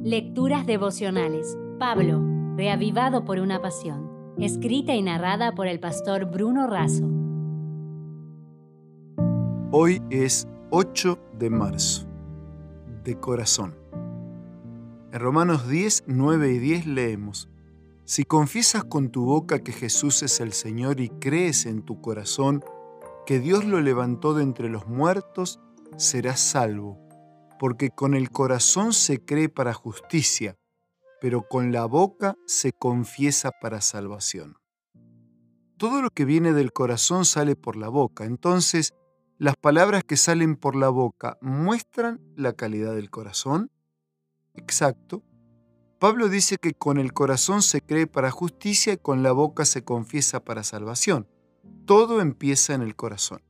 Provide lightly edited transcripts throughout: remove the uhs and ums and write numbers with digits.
Lecturas devocionales. Pablo, reavivado por una pasión. Escrita y narrada por el pastor Bruno Razo. Hoy es 8 de marzo. De corazón. En Romanos 10, 9 y 10 leemos: Si confiesas con tu boca que Jesús es el Señor y crees en tu corazón que Dios lo levantó de entre los muertos, serás salvo, porque con el corazón se cree para justicia, pero con la boca se confiesa para salvación. Todo lo que viene del corazón sale por la boca, entonces, ¿las palabras que salen por la boca muestran la calidad del corazón? Exacto. Pablo dice que con el corazón se cree para justicia y con la boca se confiesa para salvación. Todo empieza en el corazón.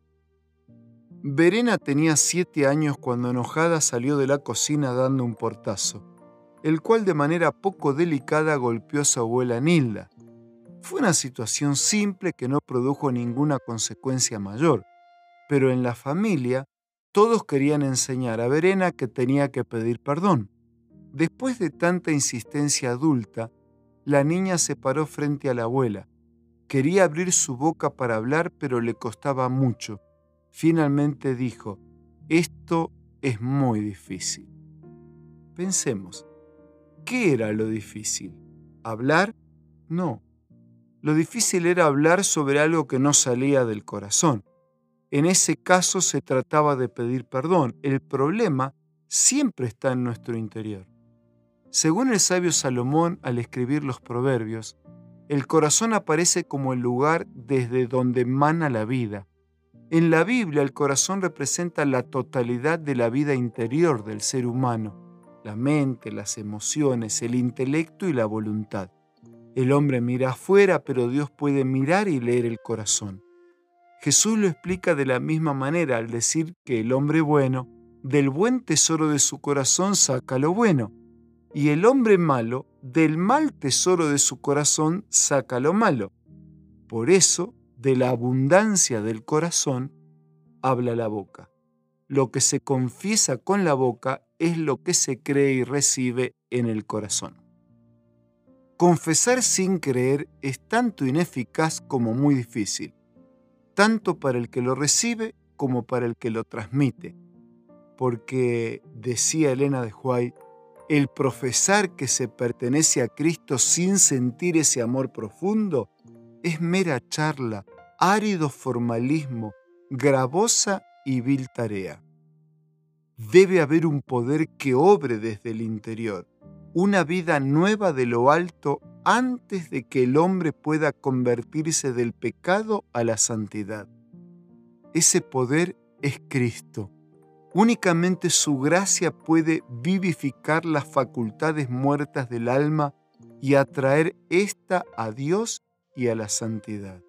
Verena tenía 7 años cuando enojada salió de la cocina dando un portazo, el cual de manera poco delicada golpeó a su abuela Nilda. Fue una situación simple que no produjo ninguna consecuencia mayor, pero en la familia todos querían enseñar a Verena que tenía que pedir perdón. Después de tanta insistencia adulta, la niña se paró frente a la abuela. Quería abrir su boca para hablar, pero le costaba mucho. Finalmente dijo: «Esto es muy difícil». Pensemos, ¿qué era lo difícil? ¿Hablar? No. Lo difícil era hablar sobre algo que no salía del corazón. En ese caso se trataba de pedir perdón. El problema siempre está en nuestro interior. Según el sabio Salomón, al escribir los Proverbios, el corazón aparece como el lugar desde donde emana la vida. En la Biblia, el corazón representa la totalidad de la vida interior del ser humano: la mente, las emociones, el intelecto y la voluntad. El hombre mira afuera, pero Dios puede mirar y leer el corazón. Jesús lo explica de la misma manera al decir que el hombre bueno, del buen tesoro de su corazón saca lo bueno, y el hombre malo, del mal tesoro de su corazón saca lo malo. Por eso, de la abundancia del corazón, habla la boca. Lo que se confiesa con la boca es lo que se cree y recibe en el corazón. Confesar sin creer es tanto ineficaz como muy difícil, tanto para el que lo recibe como para el que lo transmite. Porque, decía Elena de White, el profesar que se pertenece a Cristo sin sentir ese amor profundo es mera charla, árido formalismo, gravosa y vil tarea. Debe haber un poder que obre desde el interior, una vida nueva de lo alto antes de que el hombre pueda convertirse del pecado a la santidad. Ese poder es Cristo. Únicamente su gracia puede vivificar las facultades muertas del alma y atraer ésta a Dios y a la santidad.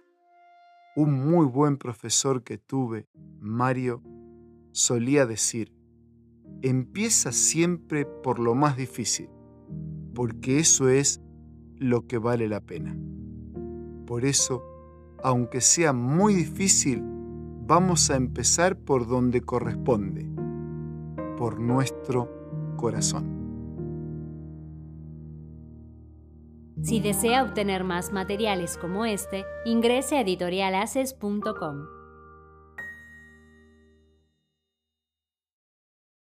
Un muy buen profesor que tuve, Mario, solía decir: empieza siempre por lo más difícil, porque eso es lo que vale la pena. Por eso, aunque sea muy difícil, vamos a empezar por donde corresponde, por nuestro corazón. Si desea obtener más materiales como este, ingrese a editorialaces.com.